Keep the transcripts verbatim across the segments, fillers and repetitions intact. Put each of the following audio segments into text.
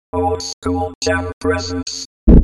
Old School Jam Presents.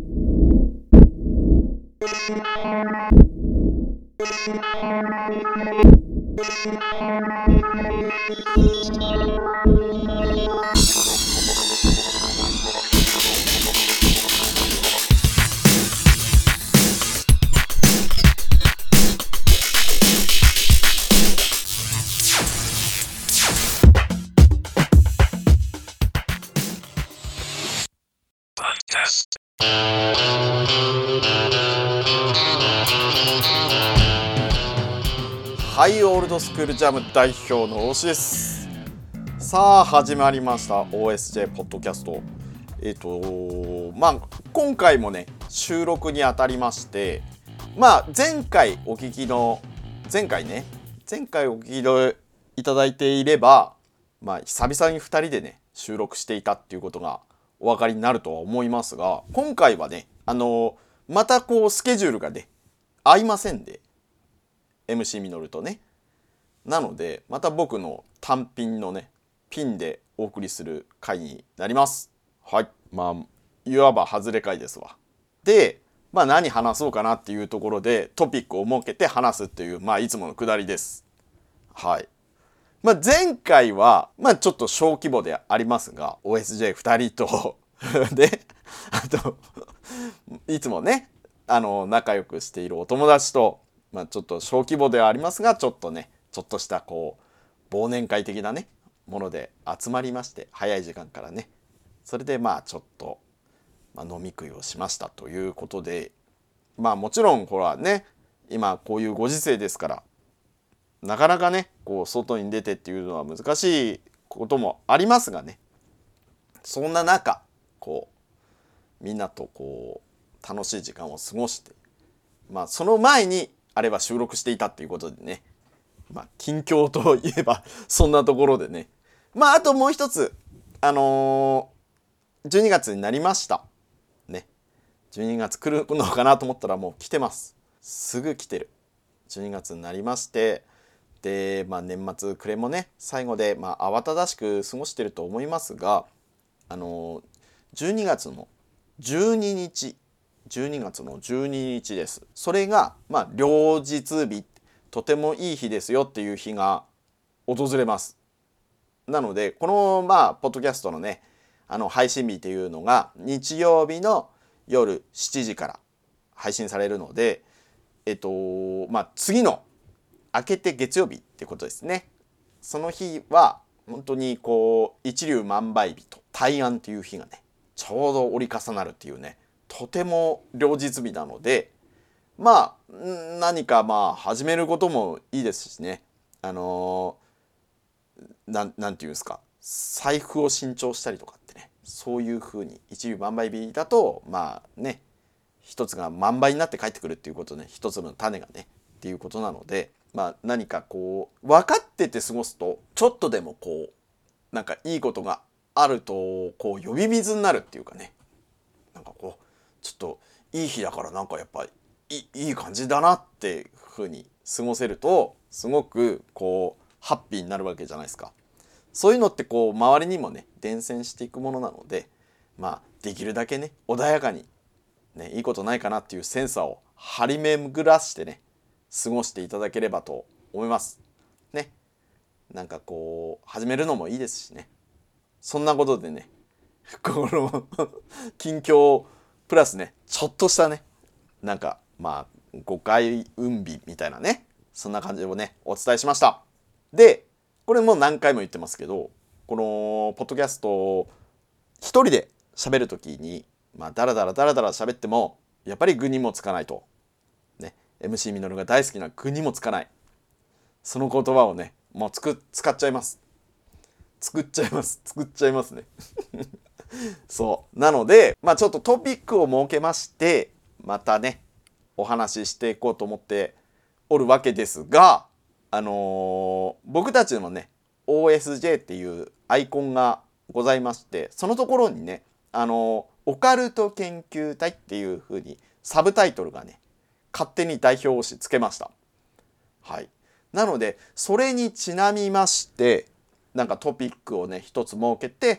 はい、オールドスクールジャム代表の大志です。さあ始まりました オーエスジェー ポッドキャスト。えっとまあ今回もね収録にあたりまして、まあ前回お聞きの前回ね前回お聞きのいただいていれば、まあ久々にふたりでね収録していたっていうことがお分かりになるとは思いますが、今回はねあのまたこうスケジュールがね合いませんで、エムシー ミノルとね。なのでまた僕の単品のねピンでお送りする回になります。はい、まあいわば外れ回ですわ。で、まあ何話そうかなっていうところでトピックを設けて話すっていう、まあいつものくだりです。はい。まあ前回はまあちょっと小規模でありますが オーエスジェーふたりとで、あといつもねあの仲良くしているお友達と、まあちょっと小規模ではありますがちょっとねちょっとしたこう忘年会的なねもので集まりまして、早い時間からねそれでまあちょっと、まあ、飲み食いをしましたということで、まあもちろんほらね今こういうご時世ですからなかなかねこう外に出てっていうのは難しいこともありますがね、そんな中こうみんなとこう楽しい時間を過ごして、まあその前にあれは収録していたっていうことでね、まあ近況といえばそんなところでね、まああともう一つあのー、じゅうにがつになりましたね。じゅうにがつ来るのかなと思ったらもう来てます。すぐ来てる。じゅうにがつになりまして、でまあ年末暮れもね最後でまあ慌ただしく過ごしてると思いますが、あのー、じゅうにがつのじゅうににちじゅうにがつのじゅうににちです。それがまあ両日日、とてもいい日ですよっていう日が訪れます。なのでこのまあポッドキャストのねあの配信日っていうのが日曜日の夜しちじから配信されるので、えっとまあ次の明けて月曜日ってことですね。その日は本当にこう一粒万倍日と大安っていう日がねちょうど折り重なるっていうね、とても両日日なので、まあ何かまあ始めることもいいですしね、あのー、なんなんていうんですか、財布を新調したりとかってね、そういう風に一粒万倍日だとまあね一つが万倍になって帰ってくるっていうことね、一つの種がねっていうことなので、まあ何かこう分かってて過ごすとちょっとでもこうなんかいいことがあるとこう呼び水になるっていうかね、なんかこうちょっといい日だからなんかやっぱりい い, いい感じだなっていう風に過ごせるとすごくこうハッピーになるわけじゃないですか。そういうのってこう周りにもね伝染していくものなので、まあできるだけね穏やかにねいいことないかなっていうセンサーを張り巡らしてね過ごしていただければと思いますね。なんかこう始めるのもいいですしね。そんなことでねこの近況プラスねちょっとしたねなんかまあ誤解運日みたいなね、そんな感じをねお伝えしました。でこれもう何回も言ってますけど、このポッドキャストを一人で喋るときにまあダラダラダラダラ喋ってもやっぱり具にもつかないとね、 エムシー ミノルが大好きな具にもつかないその言葉をねもうつく使っちゃいます作っちゃいます作っちゃいますねそうなのでまあちょっとトピックを設けましてまたねお話ししていこうと思っておるわけですが、あのー、僕たちのね オーエスジェー っていうアイコンがございまして、そのところにねあのー、オカルト研究隊っていう風にサブタイトルがね勝手に代表をしつけました。はい。なのでそれにちなみましてなんかトピックをね一つ設けて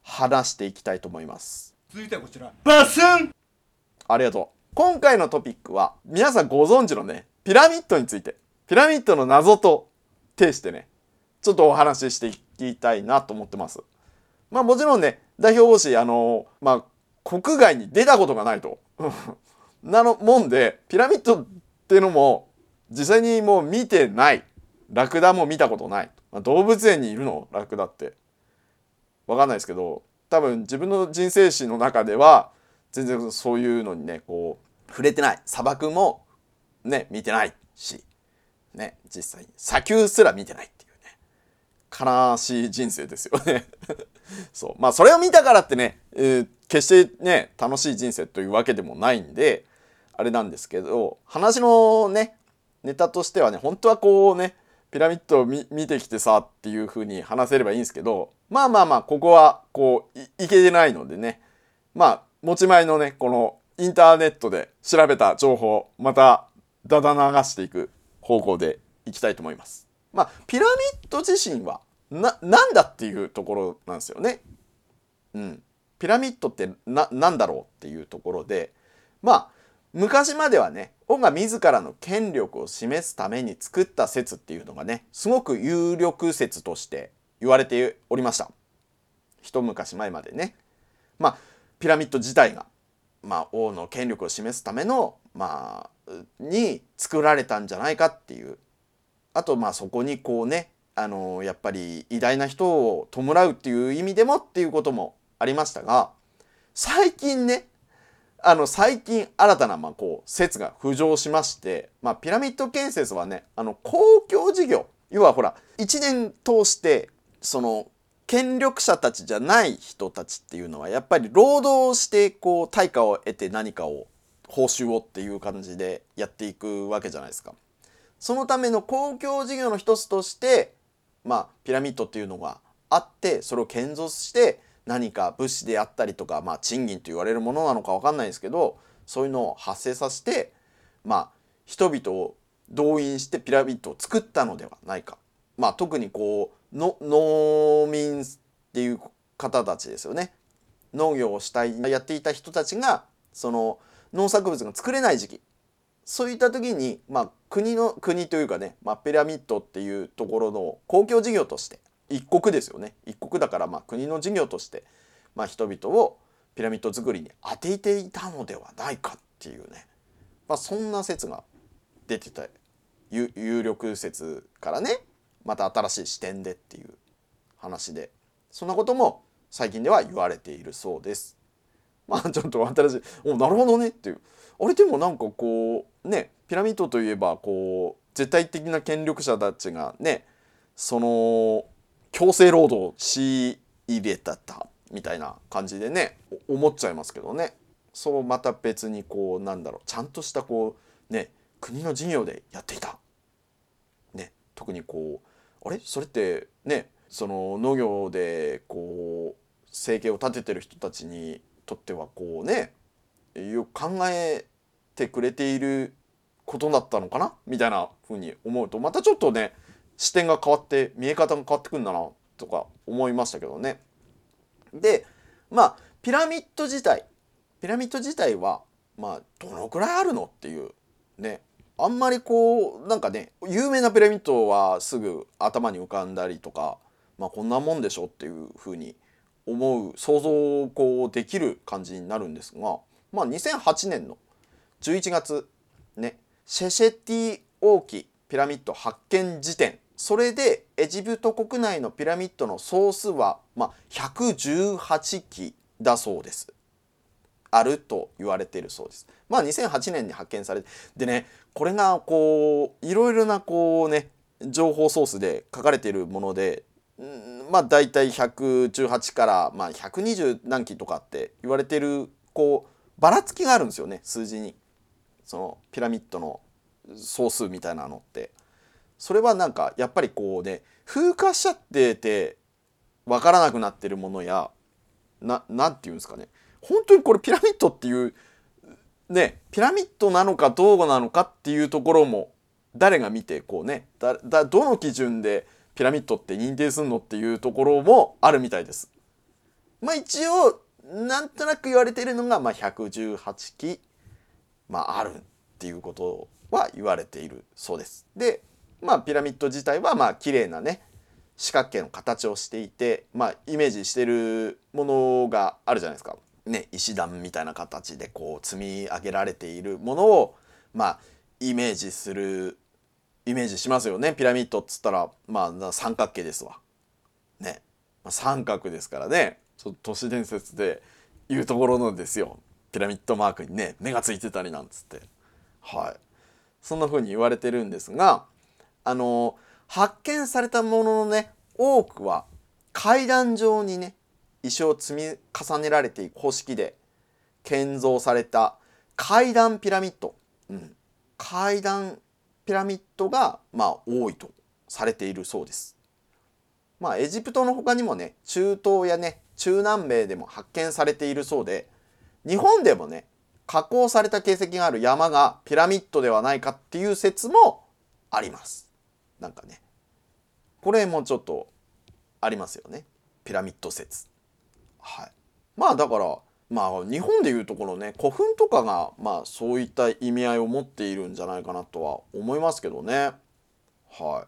話していきたいと思います。 続いてはこちら、バスン。 ありがとう。今回のトピックは皆さんご存知のねピラミッドについて、ピラミッドの謎と呈してねちょっとお話ししていきたいなと思ってます。まあもちろんね代表講師あのまあ国外に出たことがないとなのもんで、ピラミッドっていうのも実際にもう見てない、ラクダも見たことない、まあ、動物園にいるのラクダってわかんないですけど、多分自分の人生史の中では全然そういうのにねこう触れてない、砂漠もね見てないしね、実際に砂丘すら見てないっていうね悲しい人生ですよねそうまあそれを見たからってね、えー、決してね楽しい人生というわけでもないんであれなんですけど、話のねネタとしてはね本当はこうねピラミッドを 見, 見てきてさっていう風に話せればいいんですけど、まあまあまあここはこう い, いけてないのでね、まあ持ち前のねこのインターネットで調べた情報まただだ流していく方向でいきたいと思います。まあピラミッド自身はななんだっていうところなんですよね。うん、ピラミッドってななんだろうっていうところで、まあ昔まではね王が自らの権力を示すために作った説っていうのがねすごく有力説として言われておりました。一昔前までね、まあピラミッド自体が、まあ、王の権力を示すための、まあ、に作られたんじゃないかっていう、あとまあそこにこうねあのやっぱり偉大な人を弔うっていう意味でもっていうこともありましたが、最近ねあの最近新たなまあこう説が浮上しまして、まあ、ピラミッド建設はねあの公共事業、要はほら一年通してその権力者たちじゃない人たちっていうのはやっぱり労働してこう対価を得て何かを報酬をっていう感じでやっていくわけじゃないですか。そのための公共事業の一つとしてまあピラミッドっていうのがあって、それを建造して何か物資であったりとか、まあ賃金と言われるものなのか分かんないですけど、そういうのを発生させてまあ人々を動員してピラミッドを作ったのではないか。まあ特にこうの農民っていう方たちですよね。農業をしたいやっていた人たちがその農作物が作れない時期、そういった時に、まあ、国の国というかね、まあ、ピラミッドっていうところの公共事業として一国ですよね、一国だからまあ国の事業として、まあ、人々をピラミッド作りに当てていたのではないかっていうね、まあ、そんな説が出てた、有力説からねまた新しい視点でっていう話で、そんなことも最近では言われているそうです。まあちょっと新しい、おなるほどねっていう、あれでもなんかこうねピラミッドといえばこう絶対的な権力者たちがねその強制労働をし入れたたみたいな感じでね思っちゃいますけどね。そうまた別にこうなんだろう、ちゃんとしたこうね国の事業でやっていたね、特にこうあれそれってねその農業でこう生計を立ててる人たちにとってはこうねよく考えてくれていることだったのかなみたいな風に思うと、またちょっとね視点が変わって見え方が変わってくるんだなとか思いましたけどね。でまあピラミッド自体ピラミッド自体はまあどのくらいあるのっていうね、あんまりこうなんかね有名なピラミッドはすぐ頭に浮かんだりとか、まあこんなもんでしょっていう風に思う想像こうできる感じになるんですが、まあにせんはちねんのじゅういちがつねシェシェティ王記ピラミッド発見時点、それでエジプト国内のピラミッドの総数は、まあ、ひゃくじゅうはちきだそうです。あると言われているそうです。まあにせんはちねんに発見されて、でねこれがこういろいろなこうね情報ソースで書かれているもので、まあ大体ひゃくじゅうはちからまあひゃくにじゅう何機とかって言われているこうばらつきがあるんですよね、数字に。そのピラミッドの総数みたいなのって、それはなんかやっぱりこうね風化しちゃってて分からなくなってるものやな、なんていうんですかね、本当にこれピラミッドっていうねピラミッドなのかどうなのかっていうところも誰が見てこうねだだどの基準でピラミッドって認定するのっていうところもあるみたいです。 まあ一応なんとなく言われているのが、まあ、ひゃくじゅうはちき、まあ、あるっていうことは言われているそうです。で、まあ、ピラミッド自体はまあ綺麗なね四角形の形をしていて、まあ、イメージしてるものがあるじゃないですか。ね、石段みたいな形でこう積み上げられているものを、まあ、イメージするイメージしますよね。ピラミッドっつったら、まあ、三角形ですわ。ね、まあ、三角ですからね。ちょっと都市伝説でいうところのですよ。ピラミッドマークにね目がついてたりなんつって、はい、そんな風に言われてるんですが、あの発見されたもののね多くは階段状にね石を積み重ねられていく方式で建造された階段ピラミッド、うん、階段ピラミッドがまあ多いとされているそうです。まあエジプトの他にもね中東やね中南米でも発見されているそうで、日本でもね加工された形跡がある山がピラミッドではないかっていう説もあります。なんかねこれもちょっとありますよね、ピラミッド説。はい、まあだからまあ日本でいうところね古墳とかがまあそういった意味合いを持っているんじゃないかなとは思いますけどね。はい、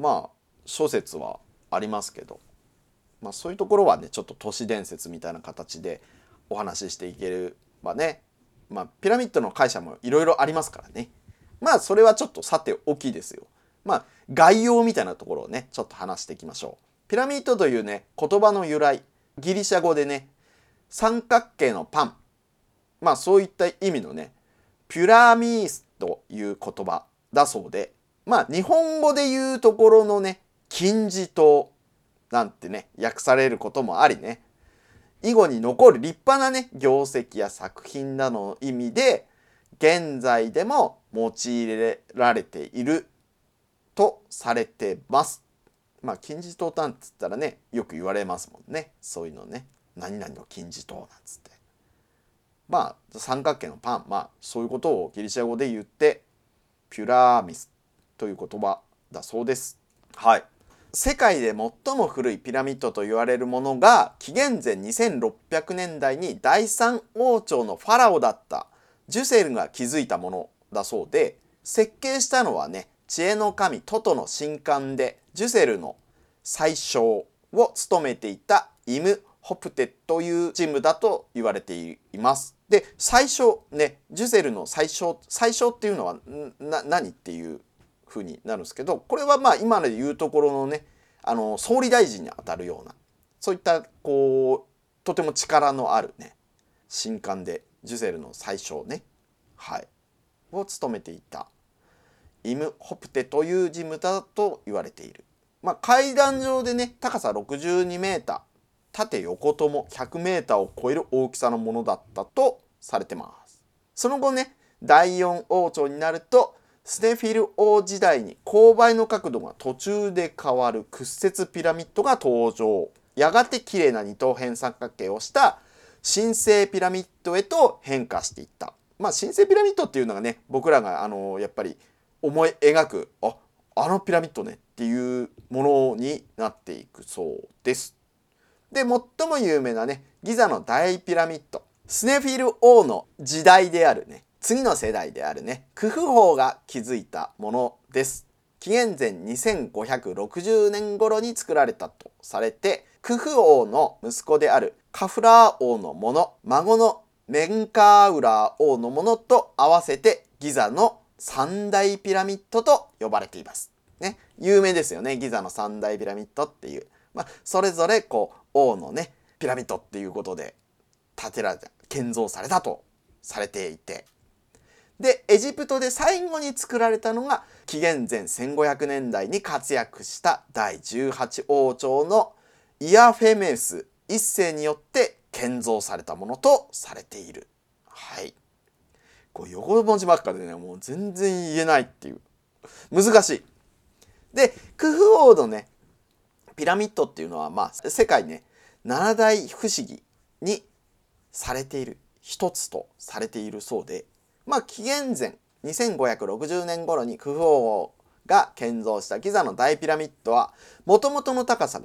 まあ諸説はありますけど、まあそういうところはねちょっと都市伝説みたいな形でお話ししていければね、まあピラミッドの解釈もいろいろありますからね。まあそれはちょっとさておきですよ。まあ概要みたいなところをねちょっと話していきましょう。ピラミッドというね言葉の由来、ギリシャ語でね三角形のパン、まあそういった意味のねピュラミースという言葉だそうで、まあ日本語で言うところのね金字塔なんてね訳されることもありね、以後に残る立派なね業績や作品などの意味で現在でも用いられているとされてます。まあ金字塔なんつったらねよく言われますもんね、そういうのね、何々の金字塔なんつって、まあ三角形のパン、まあそういうことをギリシャ語で言ってピュラミスという言葉だそうです。はい、世界で最も古いピラミッドと言われるものが紀元前にせんろっぴゃくねんだいに第三王朝のファラオだったジュセルが築いたものだそうで、設計したのはね知恵の神トトの神官でジュセルの宰相を務めていたイム・ホプテという人物だと言われています。で宰相ね、ジュセルの宰相宰相っていうのはな何っていう風になるんですけど、これはまあ今で言うところのねあの総理大臣にあたるようなそういったこうとても力のあるね神官でジュセルの宰相ね、はいを務めていたイム・ホプテという人物だと言われている。まあ階段上でね高さろくじゅうにメーター、縦横ともひゃくメーターを超える大きさのものだったとされてます。その後ねだいよん王朝になるとスネフィル王時代に勾配の角度が途中で変わる屈折ピラミッドが登場。やがて綺麗な二等辺三角形をした神聖ピラミッドへと変化していった。まあ神聖ピラミッドっていうのがね僕らがあのやっぱり思い描くああのピラミッドねっていうものになっていくそうです。で最も有名なねギザの大ピラミッド、スネフィル王の時代であるね次の世代であるねクフ王が築いたものです。紀元前にせんごひゃくろくじゅうねん頃に作られたとされて、クフ王の息子であるカフラー王のもの、孫のメンカーウラー王のものと合わせてギザの三大ピラミッドと呼ばれています。ね、有名ですよね、ギザの三大ピラミッドっていう。まあ、それぞれこう王のねピラミッドっていうことで建てられた建造されたとされていて、でエジプトで最後に作られたのが紀元前せんごひゃくねんだいに活躍しただいじゅうはち王朝のイアフェメスいっせいによって建造されたものとされている。はい、こう横文字ばっかでねもう全然言えないっていう難しい。でクフ王のねピラミッドっていうのはまあ世界ね七大不思議にされている一つとされているそうで、まあ紀元前にせんごひゃくろくじゅうねん頃にクフ王が建造したギザの大ピラミッドはもともとの高さがね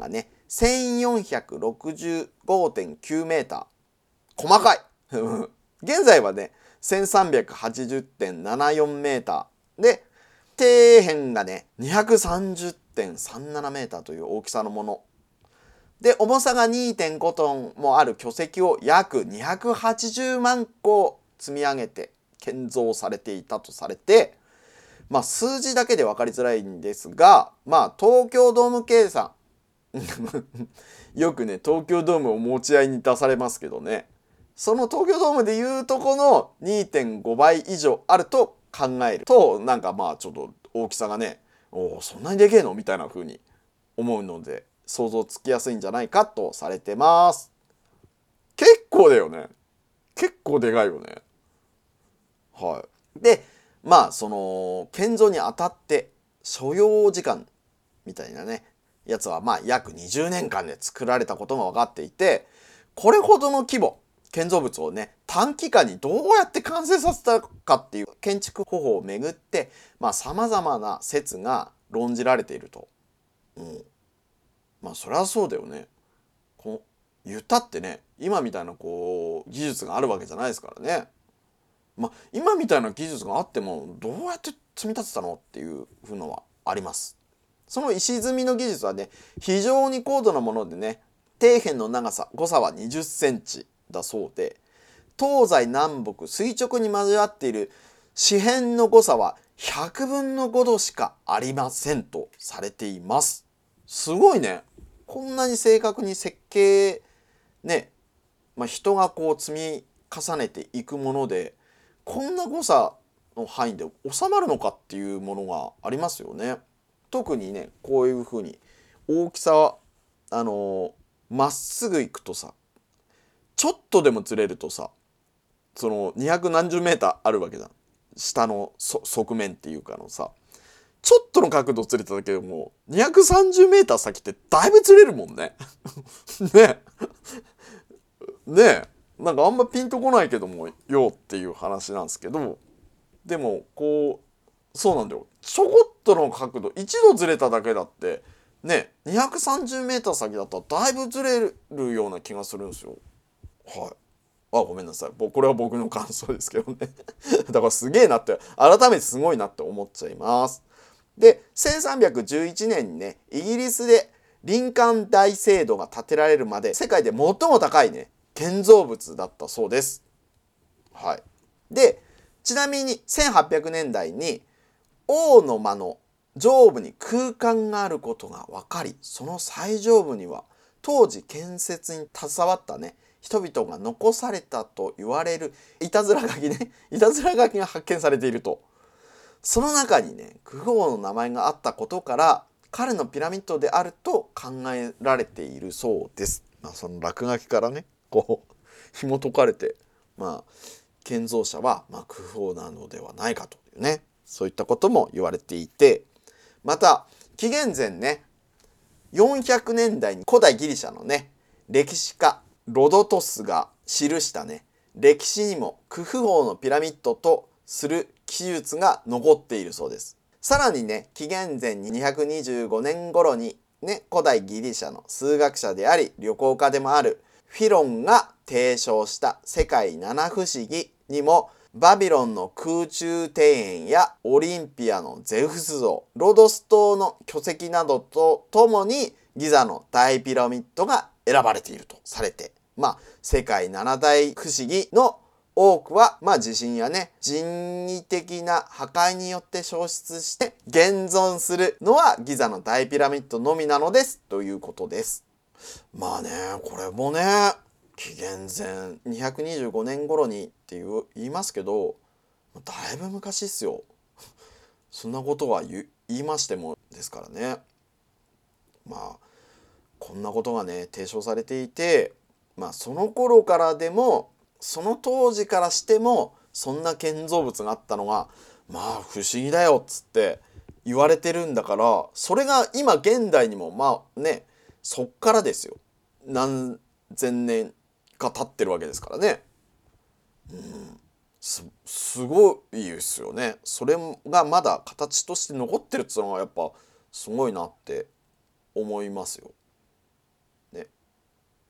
せんよんひゃくろくじゅうごてんきゅうメーター。細かい現在はね、せんさんびゃくはちじゅうてんななよんメーター。で、底辺がね、にひゃくさんじゅうてんさんななメーターという大きさのもの。で、重さが にてんごトンもある巨石を約にひゃくはちじゅうまんこ積み上げて建造されていたとされて、まあ数字だけで分かりづらいんですが、まあ東京ドーム計算よくね東京ドームを持ち合いに出されますけどね、その東京ドームでいうとこの にてんごばい以上あると考えると、なんかまあちょっと大きさがね、おおそんなにでけえのみたいな風に思うので想像つきやすいんじゃないかとされてます。結構だよね。結構でかいよね。はい。で、まあその建造にあたって所要時間みたいなねやつはまあ約にじゅうねんかんで作られたことが分かっていて、これほどの規模建造物をね短期間にどうやって完成させたかっていう建築方法をめぐってまあさまざまな説が論じられていると。うん、まあそりゃそうだよね。こう言ったってね、今みたいなこう技術があるわけじゃないですからね。まあ今みたいな技術があってもどうやって積み立てたのっていうふうのはあります。その石積みの技術はね非常に高度なものでね、底辺の長さ誤差はにじゅっセンチだそうで、東西南北垂直に交わっている四辺の誤差はひゃくぶんのごどしかありませんとされています。すごいね。こんなに正確に設計ね、まあ、人がこう積み重ねていくものでこんな誤差の範囲で収まるのかっていうものがありますよね。特にねこういうふうに大きさあのまっすぐ行くとさ、ちょっとでもずれるとさ、そのにひゃくなんじゅうメーターあるわけじゃん。下の側面っていうかのさ、ちょっとの角度ずれただけでもにひゃくさんじゅうメーター先ってだいぶずれるもんねねえねえ、なんかあんまピンとこないけどもよっていう話なんですけど、でもこうそうなんだよ。ちょこっとの角度いちどずれただけだってね、にひゃくさんじゅうメーター先だったらだいぶずれるような気がするんですよ。はい。あ、ごめんなさい。これは僕の感想ですけどねだからすげえなって改めてすごいなって思っちゃいます。でせんさんびゃくじゅういちねんにねイギリスでリンカン大聖堂が建てられるまで世界で最も高いね建造物だったそうです。はい。でちなみにせんはっぴゃくねんだいに王の間の上部に空間があることが分かり、その最上部には当時建設に携わったね人々が残されたと言われるいたずら書きねいたずら書きが発見されていると。その中にねクフ王の名前があったことから彼のピラミッドであると考えられているそうです。まあ、その落書きからねこう紐解かれて、まあ建造者はまあクフ王なのではないかというね、そういったことも言われていて、また紀元前ねよんひゃくねんだいに古代ギリシャのね歴史家ロドトスが記したね歴史にもクフ王のピラミッドとする記述が残っているそうです。さらにね紀元前にひゃくにじゅうごねん頃にね古代ギリシャの数学者であり旅行家でもあるフィロンが提唱した世界七不思議にもバビロンの空中庭園やオリンピアのゼウス像、ロドス島の巨石などとともにギザの大ピラミッドが選ばれているとされて、まあ世界七大不思議の多くはまあ地震やね人為的な破壊によって消失して現存するのはギザの大ピラミッドのみなのですということです。まあねこれもね紀元前にひゃくにじゅうごねん頃にっていう言いますけどだいぶ昔っすよそんなことは言いましてもですからね。まあこんなことがね提唱されていて、まあその頃からでもその当時からしてもそんな建造物があったのがまあ不思議だよっつって言われてるんだから、それが今現代にもまあねそっからですよ何千年か経ってるわけですからね。うん、す, すごいですよね。それがまだ形として残ってるっていうのがやっぱすごいなって思いますよ。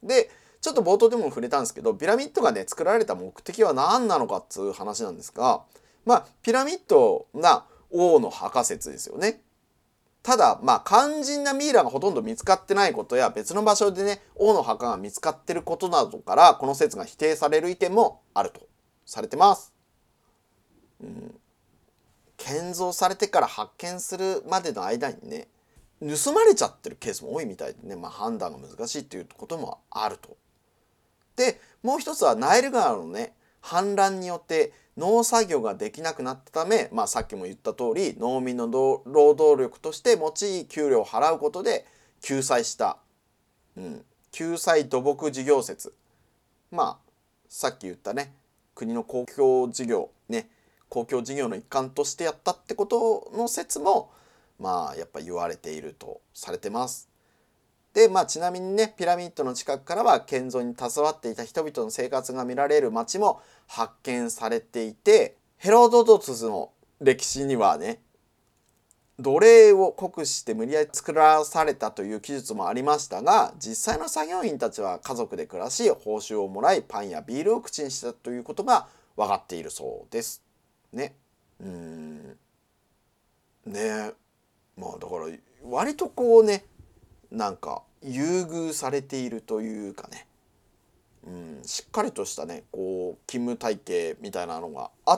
でちょっと冒頭でも触れたんですけど、ピラミッドがね作られた目的は何なのかっつう話なんですが、まあピラミッドな王の墓説ですよね。ただまあ肝心なミイラがほとんど見つかってないことや、別の場所でね王の墓が見つかってることなどから、この説が否定される意見もあるとされてます。うん、建造されてから発見するまでの間にね盗まれちゃってるケースも多いみたいでね、まあ、判断が難しいっていうこともあると。でもう一つはナイル川のね氾濫によって農作業ができなくなったため、まあ、さっきも言った通り農民の労働力として用い給料を払うことで救済した、うん、救済土木事業説。まあさっき言ったね国の公共事業ね公共事業の一環としてやったってことの説もまあやっぱ言われているとされてます。でまあちなみにねピラミッドの近くからは建造に携わっていた人々の生活が見られる町も発見されていて、ヘロドトスの歴史にはね奴隷を酷使して無理やり作らされたという記述もありましたが、実際の作業員たちは家族で暮らし報酬をもらいパンやビールを口にしたということが分かっているそうですね。うーんねまあだから割とこうねなんか優遇されているというかね、うん、しっかりとしたねこう勤務体系みたいなのがあって、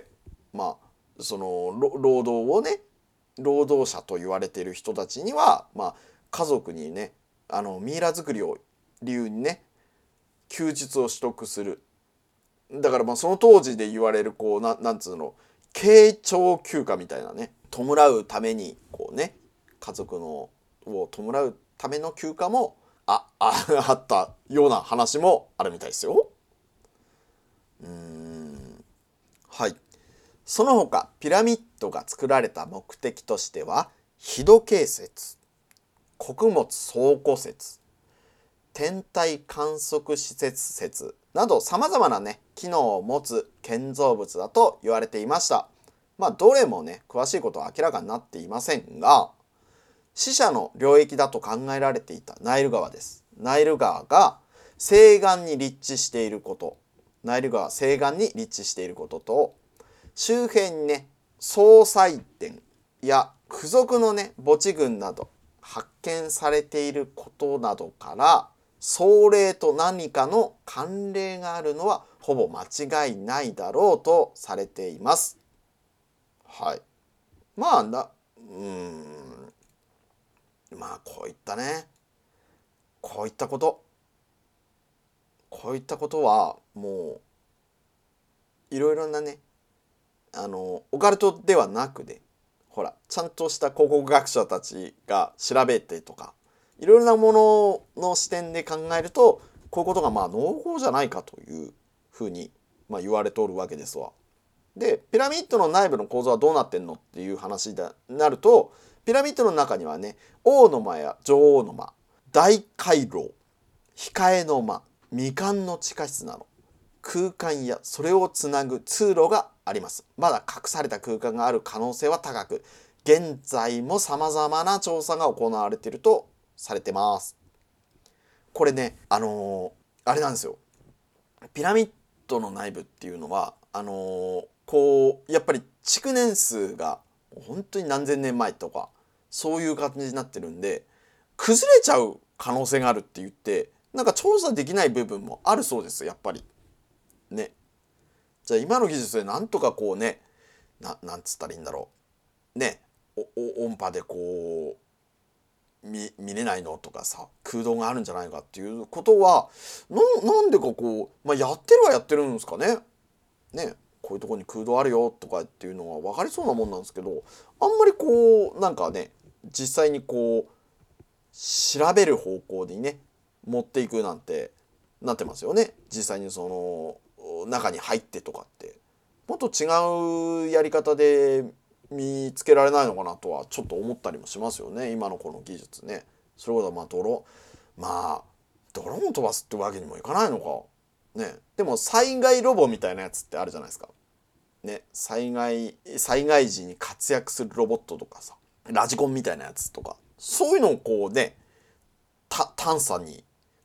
まあその労働をね労働者と言われている人たちには、まあ、家族にねあのミイラ作りを理由にね休日を取得する。だからまあその当時で言われるこう な, なんつうの慶長休暇みたいなね、弔うためにこうね家族のを弔うための休暇も あ, あ, あったような話もあるみたいですよ。うーんはいその他ピラミッドが作られた目的としては日時計説、穀物倉庫説、天体観測施設説などさまざまなね機能を持つ建造物だと言われていました。まあどれもね詳しいことは明らかになっていませんが、死者の領域だと考えられていたナイル川です。ナイル川が西岸に立地していること、ナイル川西岸に立地していることと、周辺にね総裁殿や付属のね墓地群など発見されていることなどから、壮霊と何かの関連があるのはほぼ間違いないだろうとされています。はい。まあなうーんまあこういったねこういったことこういったことはもういろいろなねあのオカルトではなくで、ほらちゃんとした考古学者たちが調べてとかいろいろなものの視点で考えると、こういうことがまあ濃厚じゃないかというふうにまあ言われておるわけですわ。でピラミッドの内部の構造はどうなってんのっていう話になると、ピラミッドの中にはね王の間や女王の間、大回廊、控えの間、未完の地下室など空間やそれをつなぐ通路があります。まだ隠された空間がある可能性は高く、現在もさまざまな調査が行われているとされてます。これねあのー、あれなんですよ。ピラミッドの内部っていうのはあのー、こうやっぱり築年数が本当に何千年前とかそういう感じになってるんで、崩れちゃう可能性があるって言ってなんか調査できない部分もあるそうですやっぱりね。じゃあ今の技術でなんとかこうね な, なんつったらいいんだろうね、おお音波でこう 見, 見れないのとかさ、空洞があるんじゃないかっていうことは な, なんでかこう、まあ、やってるはやってるんですかね。ねこういうとこに空洞あるよとかっていうのは分かりそうなもんなんですけど、あんまりこうなんかね実際にこう調べる方向にね持っていくなんてなってますよね。実際にその中に入ってとかってもっと違うやり方で見つけられないのかなとはちょっと思ったりもしますよね今のこの技術ね。それこそまあドロまあドローン飛ばすってわけにもいかないのかね。でも災害ロボみたいなやつってあるじゃないですかね。災害災害時に活躍するロボットとかさ、ラジコンみたいなやつとか、そういうのをこうねた探査に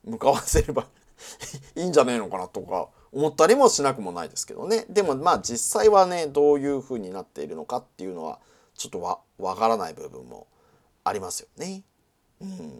向かわせればいいんじゃねえのかなとか思ったりもしなくもないですけどね。でもまあ実際はねどういう風になっているのかっていうのはちょっとわわからない部分もありますよね。うん、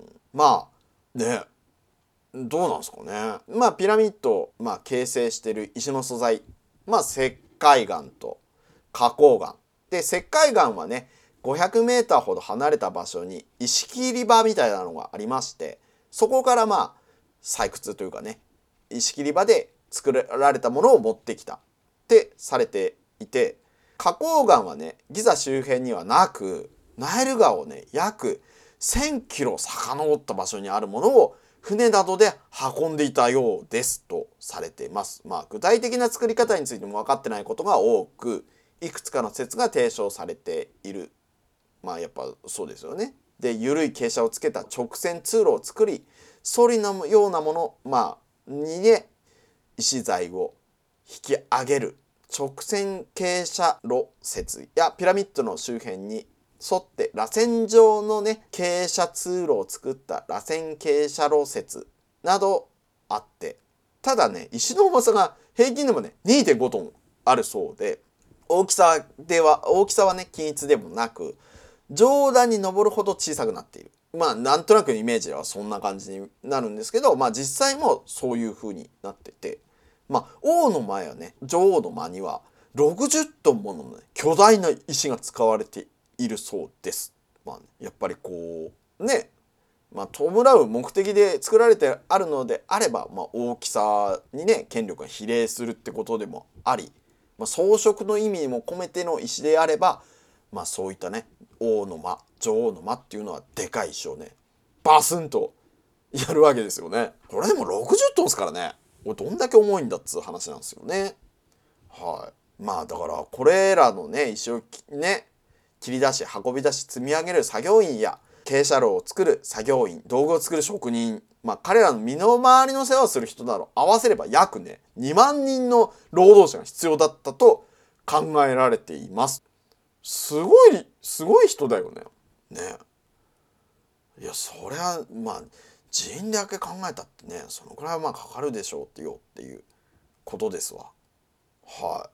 まあねどうなんですかね。まあピラミッドを、まあ、形成している石の素材、まあ石灰岩と花崗岩で、石灰岩はねごひゃくメーターほど離れた場所に石切り場みたいなのがありまして、そこからまあ採掘というかね石切り場で作られたものを持ってきたってされていて、花崗岩はねギザ周辺にはなく、ナイル川をね約せんキロ遡った場所にあるものを船などで運んでいたようですとされています。まあ具体的な作り方についても分かってないことが多く、いくつかの説が提唱されている。まあやっぱそうですよね。で緩い傾斜をつけた直線通路を作り、ソリのようなもの、まあにね石材を引き上げる直線傾斜路説や、ピラミッドの周辺に沿って螺旋状のね傾斜通路を作った螺旋傾斜路説などあって、ただね石の重さが平均でもね にてんごトンあるそうで、大きさでは大きさはね均一でもなく、上段に登るほど小さくなっている。まあなんとなくイメージではそんな感じになるんですけど、まあ実際もそういう風になってて、まあ王の間やね女王の間にはろくじゅっトンもの、ね、巨大な石が使われているそうです。まあ、やっぱりこうね、まあ、弔う目的で作られてあるのであれば、まあ、大きさにね権力が比例するってことでもあり、まあ、装飾の意味も込めての石であれば、まあ、そういったね王の間女王の間っていうのはでかい石をねバスンとやるわけですよね。これでもろくじゅっトンですからね。これどんだけ重いんだっつう話なんですよね。はい。まあだからこれらのね石をね切り出し運び出し積み上げる作業員や傾斜路を作る作業員、道具を作る職人、まあ彼らの身の回りの世話をする人など合わせれば約ねにまんにんの労働者が必要だったと考えられています。すごいすごい人だよね。ね。いやそりゃまあ人員だけ考えたってねそのくらいはまあかかるでしょうってよっていうことですわ。はい。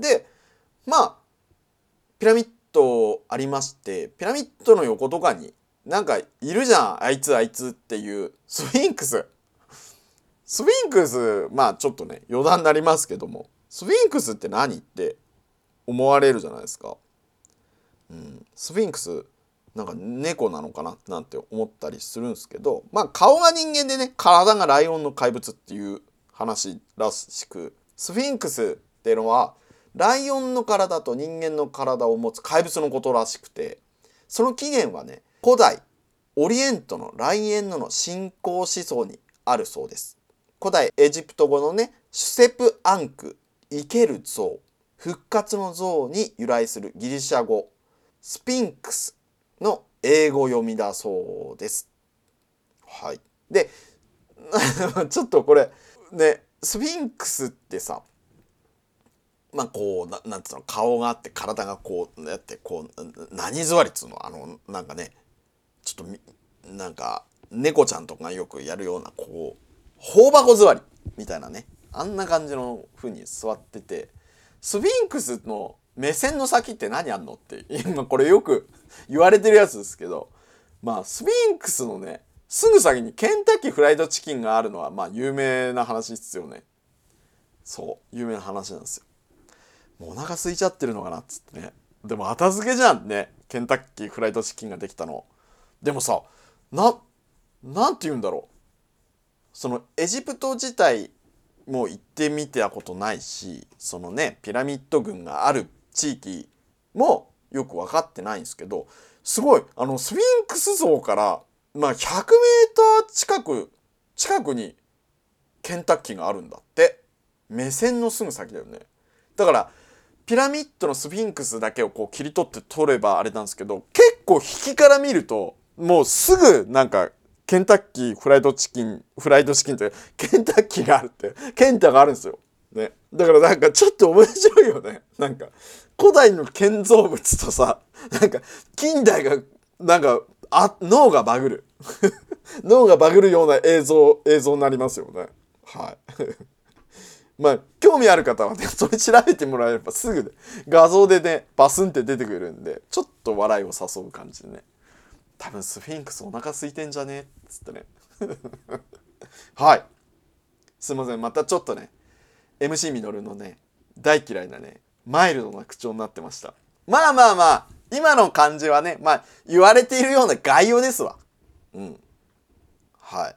でまあピラミッドありまして、ピラミッドの横とかになんかいるじゃんあいつあいつっていうスフィンクス。スフィンクスまあちょっとね余談になりますけども、スフィンクスって何って思われるじゃないですか。うん、スフィンクスなんか猫なのかななんて思ったりするんですけど、まあ顔が人間でね体がライオンの怪物っていう話らしく、スフィンクスっていうのはライオンの体と人間の体を持つ怪物のことらしくて、その起源はね古代オリエントのライエンノの信仰思想にあるそうです。古代エジプト語のねシュセプアンク生ける像、復活の像に由来するギリシャ語スピンクスの英語読みだそうです。はい。でちょっとこれねスフィンクスってさ、まあこう な, なんつうの顔があって体がこうやってこう何座りっつうのあのなんかねちょっとなんか猫ちゃんとかがよくやるようなこう頬箱座りみたいなねあんな感じの風に座ってて、スフィンクスの目線の先って何あんのって今これよく言われてるやつですけど、まあスフィンクスのねすぐ先にケンタッキーフライドチキンがあるのはまあ有名な話ですよね。そう有名な話なんですよ。もうお腹空いちゃってるのかなっつってね。でも後付けじゃんねケンタッキーフライドチキンができたの。でもさななんて言うんだろう、そのエジプト自体も行ってみたことないし、そのねピラミッド群がある地域もよく分かってないんですけど、すごいあのスフィンクス像からまあひゃくメーター近く近くにケンタッキーがあるんだって。目線のすぐ先だよね。だからピラミッドのスフィンクスだけをこう切り取って撮ればあれなんですけど、結構引きから見るともうすぐなんかケンタッキーフライドチキンフライドチキンってケンタッキーがあるってケンタがあるんですよ、ね、だからなんかちょっと面白いよね。なんか古代の建造物とさなんか近代がなんかあ脳がバグる脳がバグるような映像映像になりますよね。はいまあ興味ある方はねそれ調べてもらえればすぐ、ね、画像でねバスンって出てくるんで、ちょっと笑いを誘う感じでね、多分スフィンクスお腹空いてんじゃねっつってねはい、すいません、またちょっとね エムシー ミノルのね大嫌いなねマイルドな口調になってました。まあまあまあ今の感じはね、まあ言われているような概要ですわ。うんはい。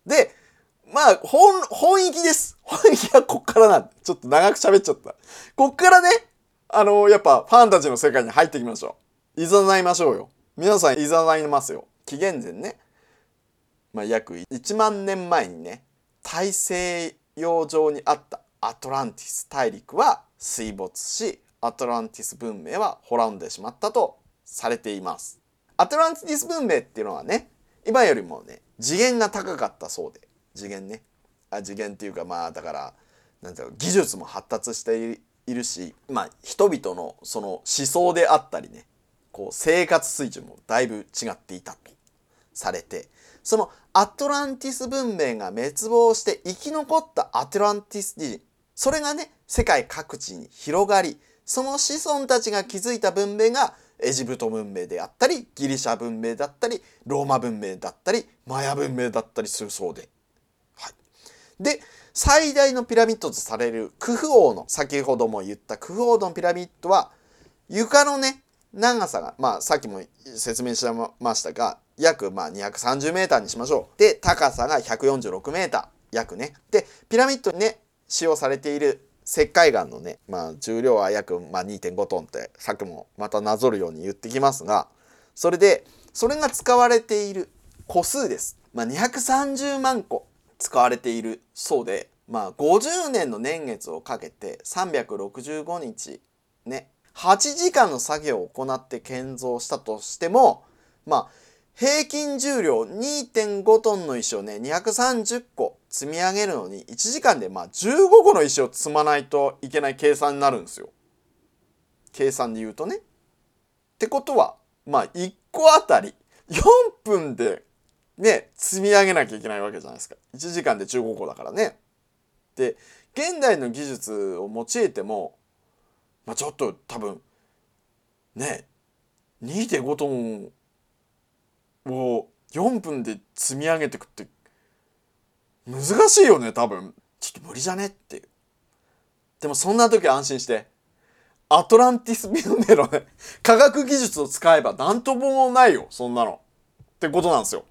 でまあ本本域です。本域はこっからなんで、ちょっと長く喋っちゃった。こっからね、あのー、やっぱファンタジーの世界に入っていきましょう。いざないましょうよ。皆さんいざないますよ。紀元前ね、まあ、約いちまんねんまえにね、大西洋上にあったアトランティス大陸は水没し、アトランティス文明は滅んでしまったとされています。アトランティス文明っていうのはね、今よりもね次元が高かったそうで、次元ねあ次元っていうか、まあだからなんていうの、技術も発達しているし、まあ人々のその思想であったりね、こう生活水準もだいぶ違っていたとされて、そのアトランティス文明が滅亡して生き残ったアトランティス人、それがね世界各地に広がり、その子孫たちが築いた文明がエジプト文明であったり、ギリシャ文明だったり、ローマ文明だったり、マヤ文明だったりするそうで、はい、で最大のピラミッドとされるクフ王の、先ほども言ったクフ王のピラミッドは床のね長さが、まあさっきも説明しましたが、約まあにひゃくさんじゅうメーターにしましょう。で高さがひゃくよんじゅうろくメーター約ね。でピラミッドにね使用されている石灰岩のね、まあ、重量は約、まあ、にてんごトンってさっきもまたなぞるように言ってきますが、それでそれが使われている個数です。まあ、にひゃくさんじゅうまんこ使われているそうで、まあ、ごじゅうねんの年月をかけてさんびゃくろくじゅうごにちねはちじかんの作業を行って建造したとしても、まあ平均重量 にてんごトンの石をねにひゃくさんじゅっこ積み上げるのにいちじかんでまあじゅうごこの石を積まないといけない計算になるんですよ。計算で言うとね。ってことはまあいっこあたりよんぷんでね積み上げなきゃいけないわけじゃないですか。いちじかんでじゅうごこだからね。で現代の技術を用いても、まあ、ちょっと多分ね にてんごトンをよんぷんで積み上げてくって難しいよね多分。ちょっと無理じゃねっていう。でもそんな時は安心して、アトランティス文明のね科学技術を使えば何ともないよそんなのってことなんですよ。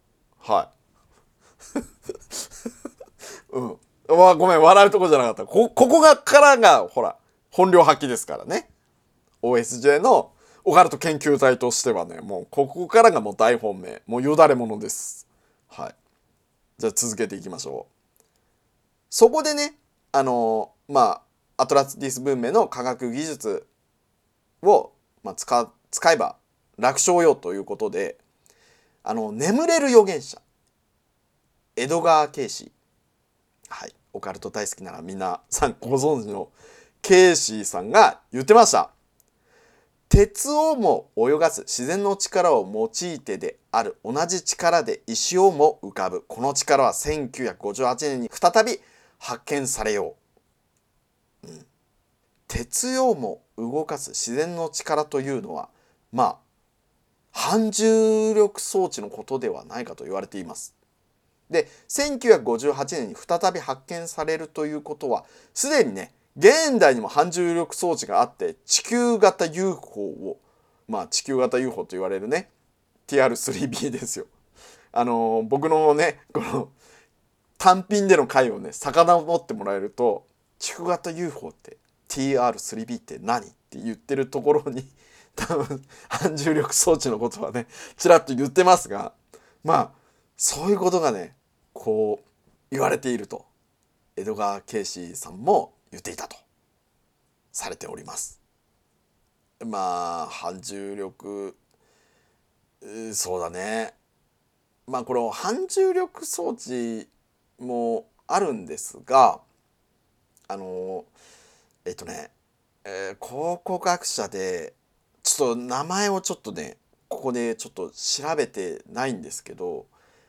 はいうんわごめん、笑うとこじゃなかった。こここがからがほら本領発揮ですからね。 オーエスジェー のオカルト研究隊としてはね、もうここからがもう大本命、もうよだれものです。はい、じゃあ続けていきましょう。そこでねあのー、まあアトランティス文明の科学技術を、まあ、使使えば楽勝よということで、あの眠れる預言者エドガー・ケイシー、はい、オカルト大好きなら皆さんご存知のケイシーさんが言ってました。鉄をも泳がす自然の力を用いてである同じ力で石をも浮かぶ。この力はせんきゅうひゃくごじゅうはちねんに再び発見されよう。うん、鉄をも動かす自然の力というのはまあ反重力装置のことではないかと言われています。でせんきゅうひゃくごじゅうはちねんに再び発見されるということはすでにね現代にも反重力装置があって、地球型 ユーフォー をまあ地球型 ユーフォー と言われるね ティーアールスリービー ですよ。あのー、僕のねこの単品での回をね遡ってもらえると、地球型 ユーフォー って ティーアールスリービー って何って言ってるところに多分反重力装置のことはねちらっと言ってますが、まあそういうことがねこう言われているとエドガー・ケイシーさんも言っていたとされております。まあ反重力、そうだね、まあこの反重力装置もあるんですが、あのえっとね、えー、考古学者でちょっと名前をちょっとねここでちょっと調べてないんですけど、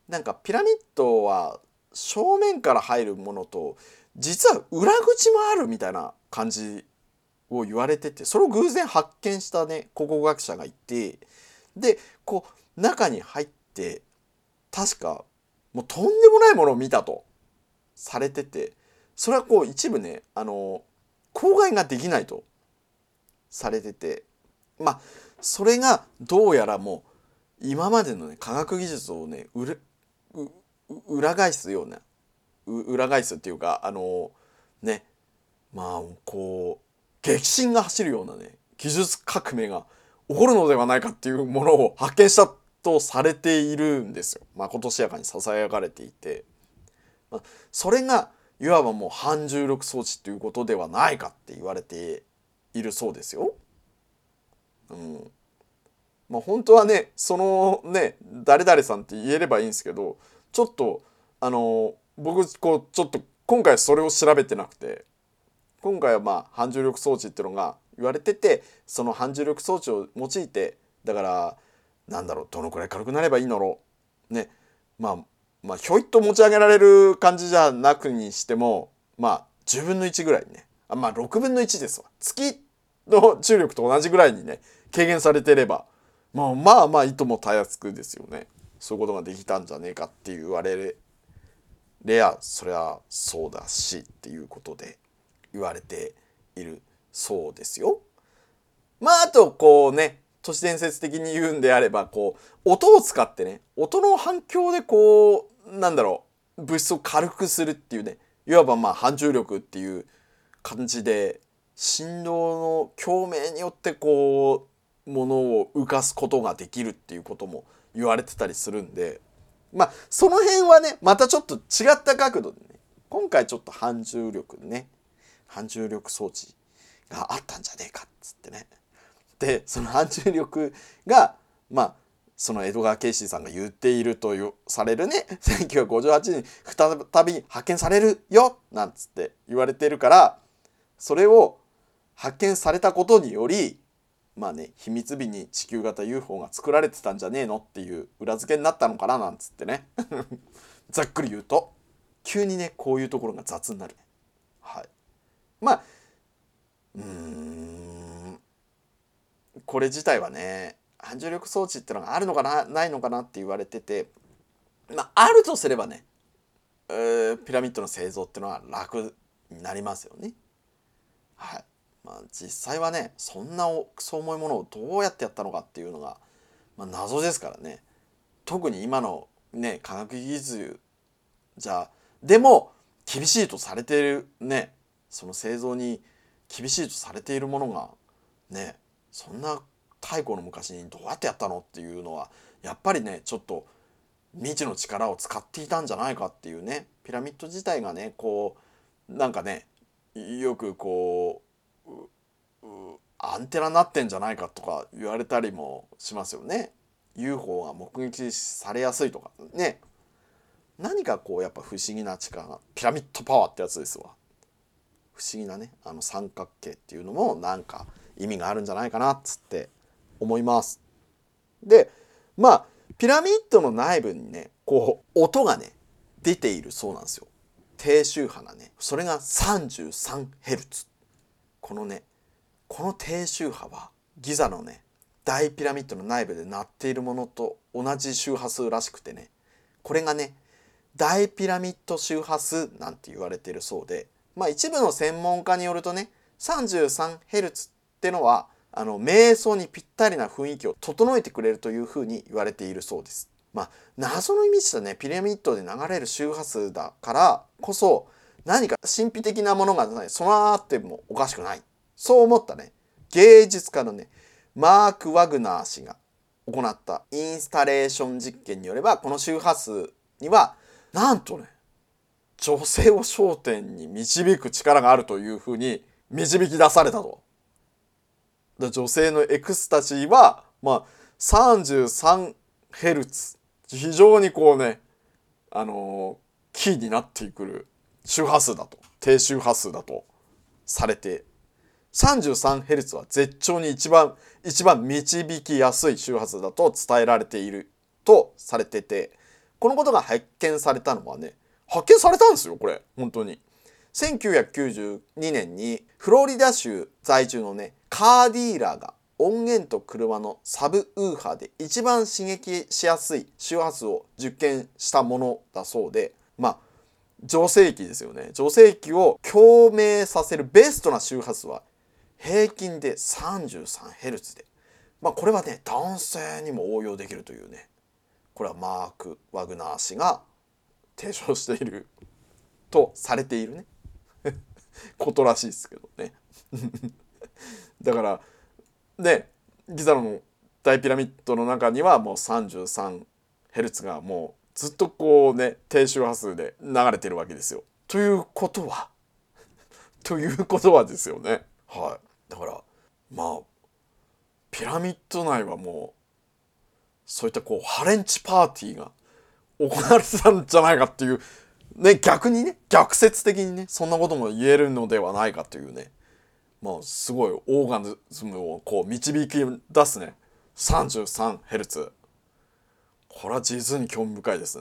なんかピラミッドは正面から入るものと実は裏口もあるみたいな感じを言われてて、それを偶然発見したね考古学者がいて、でこう中に入って確かもうとんでもないものを見たとされてて、それはこう一部ねあの口外ができないとされてて、まあそれがどうやらもう今までのね科学技術をね裏裏返すような裏返すっていうかあのねまあこう激震が走るようなね技術革命が起こるのではないかっていうものを発見したとされているんですよ。まあ、ことしやかにささやかれていて、まあ、それがいわばもう反重力装置っていうことではないかって言われているそうですよ。うん。まあ本当はねそのね誰々さんって言えればいいんですけど、ちょっとあの僕こうちょっと今回それを調べてなくて、今回はまあ反重力装置っていうのが言われてて、その反重力装置を用いてだからなんだろうどのくらい軽くなればいいのろうね、まあまあひょいっと持ち上げられる感じじゃなくにしてもまあじゅうぶんのいちぐらいにね、あまあろくぶんのいちですわ、月の重力と同じぐらいにね軽減されてればまあまあまあいともたやすくですよね。そういうことができたんじゃねえかって言われれやそりゃそうだしっていうことで言われているそうですよ。まああとこうね都市伝説的に言うんであればこう音を使ってね音の反響でこうなんだろう物質を軽くするっていうね、いわばまあ反重力っていう感じで振動の共鳴によってこうものを浮かすことができるっていうことも言われてたりするんで、まあその辺はねまたちょっと違った角度でね今回ちょっと反重力ね反重力装置があったんじゃねえかっつってね。でその反重力がまあその江戸川慶子さんが言っているとされるねせんきゅうひゃくごじゅうはちねんに再び発見されるよなんつって言われてるから、それを発見されたことによりまあね秘密裏に地球型 ユーフォー が作られてたんじゃねえのっていう裏付けになったのかななんつってねざっくり言うと急にねこういうところが雑になるね。はい。まあうーんこれ自体はね反重力装置ってのがあるのかなないのかなって言われてて、まああるとすればね、えー、ピラミッドの製造ってのは楽になりますよね。はい。まあ実際はねそんなクソ重いものをどうやってやったのかっていうのが、まあ、謎ですからね。特に今のね科学技術じゃでも厳しいとされているねその製造に厳しいとされているものがねそんな太古の昔にどうやってやったのっていうのはやっぱりねちょっと未知の力を使っていたんじゃないかっていうね。ピラミッド自体がねこうなんかねよくこうアンテナになってんじゃないかとか言われたりもしますよね。 ユーフォー が目撃されやすいとかね、何かこうやっぱ不思議な力、ピラミッドパワーってやつですわ。不思議なねあの三角形っていうのもなんか意味があるんじゃないかなっつって思います。でまあピラミッドの内部にねこう音がね出ているそうなんですよ。低周波がねそれが さんじゅうさんヘルツ。 このねこの低周波はギザのね大ピラミッドの内部で鳴っているものと同じ周波数らしくてね、これがね大ピラミッド周波数なんて言われているそうで、まあ一部の専門家によるとね さんじゅうさんヘルツ ってのはあの瞑想にぴったりな雰囲気を整えてくれるというふうに言われているそうです。まあ謎の満ちたねピラミッドで流れる周波数だからこそ何か神秘的なものがない備わってもおかしくない、そう思ったね芸術家のねマーク・ワグナー氏が行ったインスタレーション実験によれば、この周波数にはなんとね女性を焦点に導く力があるというふうに導き出されたと。で女性のエクスタシーはまあ さんじゅうさんヘルツ 非常にこうねあのー、キーになってくる周波数だと、低周波数だとされて、 さんじゅうさんヘルツ は絶頂に一番一番導きやすい周波数だと伝えられているとされてて、 このことが発見されたのはね、発見されたんですよ、これ。本当に。せんきゅうひゃくきゅうじゅうにねんにフロリダ州在住のね、カーディーラーが音源と車のサブウーハーで一番刺激しやすい周波数を実験したものだそうで、まあ、女性器ですよね。女性器を共鳴させるベストな周波数は平均で さんじゅうさんヘルツ で、まあこれはね、男性にも応用できるというね、これはマーク・ワグナー氏が提唱しているとされているねことらしいですけどねだからね、ギザロの大ピラミッドの中にはもう さんじゅうさんヘルツ がもうずっとこうね、低周波数で流れてるわけですよ。ということはということはですよね。はい。だからまあピラミッド内はもうそういったこうハレンチパーティーが行われてたんじゃないかっていうね、逆にね、逆説的にね、そんなことも言えるのではないかというね、まあすごいオーガズムをこう導き出すね さんじゅうさんヘルツ、 これは実に興味深いですね。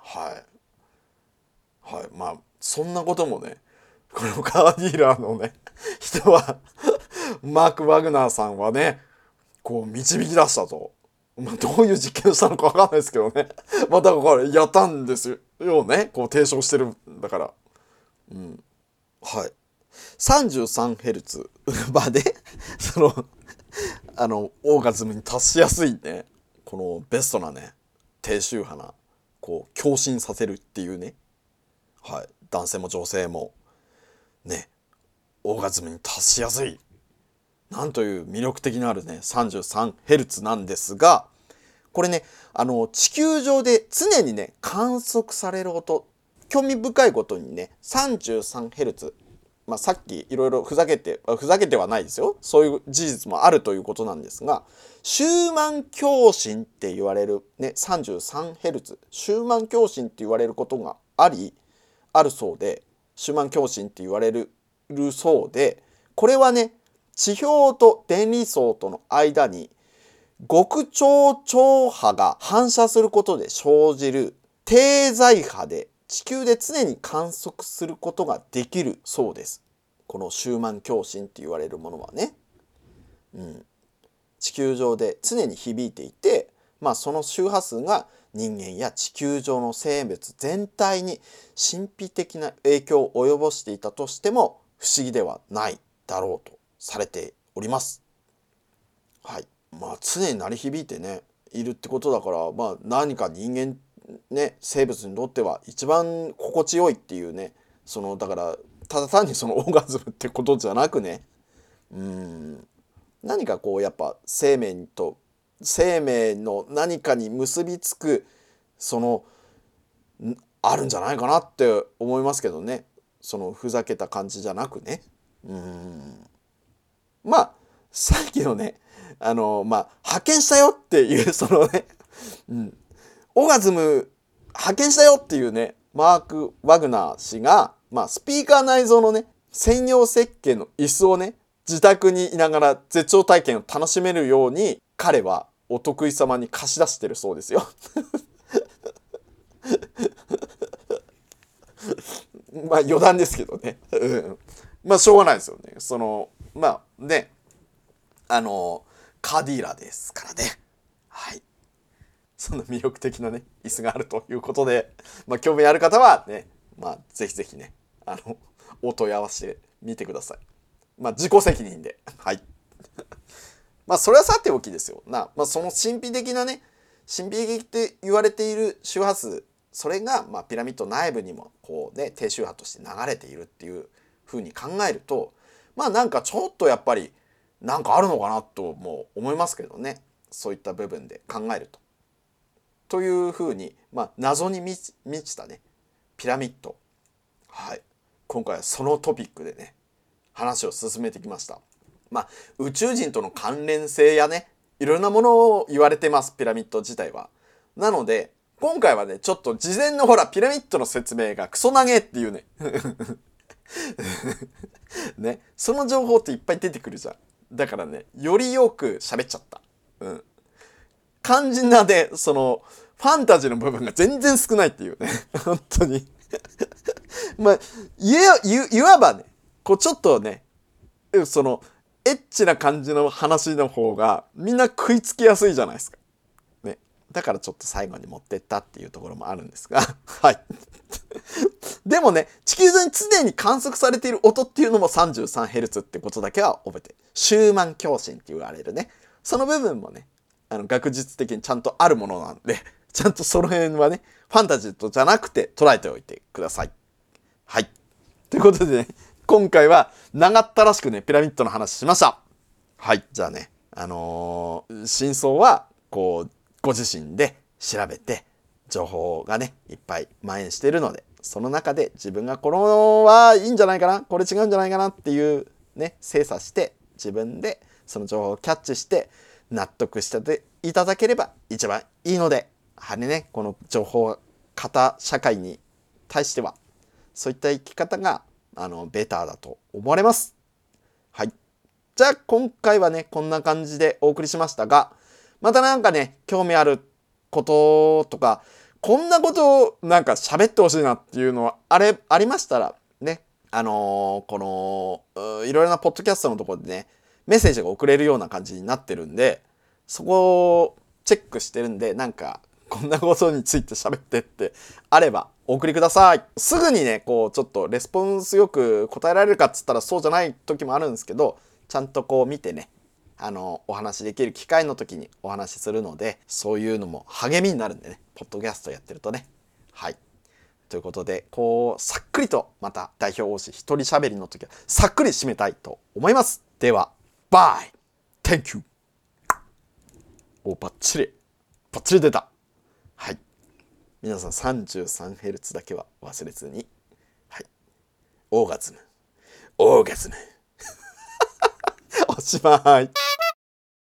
はいはい。まあそんなこともね、このカーディーラーのね人はマーク・ワグナーさんはね、こう導き出したと。まあ、どういう実験をしたのか分かんないですけどねまあだからこれやったんですよね、こう提唱してるんだから。うん、はい。さんじゅうさんヘルツ までそのあのオーガズムに達しやすいね、このベストなね低周波なこう共振させるっていうね、はい、男性も女性もねオーガズムに達しやすい、なんという魅力的なあるね さんじゅうさんヘルツ なんですが、これね、あの地球上で常にね観測される音、興味深いことにね さんじゅうさんヘルツ、まあ、さっきいろいろふざけてふざけてはないですよ、そういう事実もあるということなんですが、シューマン共振って言われるね さんじゅうさんヘルツ、 シューマン共振って言われることがありあるそうで、シューマン共振って言われるそうで、これはね地表と電離層との間に極超超波が反射することで生じる低在波で地球で常に観測することができるそうです。このシューマン共振って言われるものはね、うん、地球上で常に響いていて、まあその周波数が人間や地球上の生物全体に神秘的な影響を及ぼしていたとしても不思議ではないだろうとされております。はい。まあ常に鳴り響いてねいるってことだから、まあ何か人間ね生物にとっては一番心地よいっていうね、そのだからただ単にそのオーガズムってことじゃなくね、うーん何かこうやっぱ生命と生命の何かに結びつくそのあるんじゃないかなって思いますけどね、そのふざけた感じじゃなくね。うーんまあさっきのねあのまあ発見したよっていうそのね、うん、オーガズム発見したよっていうねマーク・ワグナー氏が、まあ、スピーカー内蔵のね専用設計の椅子をね自宅にいながら絶頂体験を楽しめるように彼はお得意様に貸し出してるそうですよまあ余談ですけどね、うん、まあしょうがないですよね。そのまあねあのカーディーラーですからね。はい。そんな魅力的なね椅子があるということで、まあ興味ある方はね、まあぜひぜひねあのお問い合わせてみてください。まあ自己責任で、はい。まあそれはさておきですよ。な、まあその神秘的なね神秘的って言われている周波数、それがまあピラミッド内部にもこうね低周波として流れているっていうふうに考えると、まあなんかちょっとやっぱりなんかあるのかなとも思いますけどね、そういった部分で考えると。というふうに、まあ、謎に満ち、満ちたねピラミッド、はい、今回はそのトピックでね話を進めてきました。まあ宇宙人との関連性やねいろんなものを言われてますピラミッド自体は。なので今回はねちょっと事前のほらピラミッドの説明がクソ長えっていうねねその情報っていっぱい出てくるじゃん。だからねよりよく喋っちゃった。うん。肝心なでそのファンタジーの部分が全然少ないっていうね本当にまあ言え言いわばねこうちょっとねそのエッチな感じの話の方がみんな食いつきやすいじゃないですかね。だからちょっと最後に持ってったっていうところもあるんですがはいでもね地球上に常に観測されている音っていうのも さんじゅうさんヘルツ ってことだけは覚えて、シューマン共振って言われるねその部分もねあの学術的にちゃんとあるものなんでちゃんとその辺はねファンタジーとじゃなくて捉えておいてください。はいということでね今回は長ったらしくねピラミッドの話しました。はいじゃあねあのー、真相はこうご自身で調べて情報がねいっぱい蔓延しているので、その中で自分がこのはいいんじゃないかなこれ違うんじゃないかなっていうね精査して自分でその情報をキャッチして納得していただければ一番いいので、やはりねこの情報型社会に対してはそういった生き方があのベターだと思われます。はいじゃあ今回はねこんな感じでお送りしましたが、またなんかね興味あることとかこんなことをなんか喋ってほしいなっていうのはあれありましたらねあのー、このいろいろなポッドキャストのところでねメッセージが送れるような感じになってるんで、そこをチェックしてるんで、なんかこんなことについて喋ってってあればお送りください。すぐにねこうちょっとレスポンスよく答えられるかっつったらそうじゃない時もあるんですけど、ちゃんとこう見てねあのお話しできる機会の時にお話しするので、そういうのも励みになるんでねポッドキャストやってるとね。はいということでこうさっくりとまた代表推し一人喋りの時はさっくり締めたいと思います。ではバイ Thank you。 おバッチリバッチリ出た。はい皆さん さんじゅうさんヘルツ だけは忘れずに。はいオーガズムオーガズムおしまい。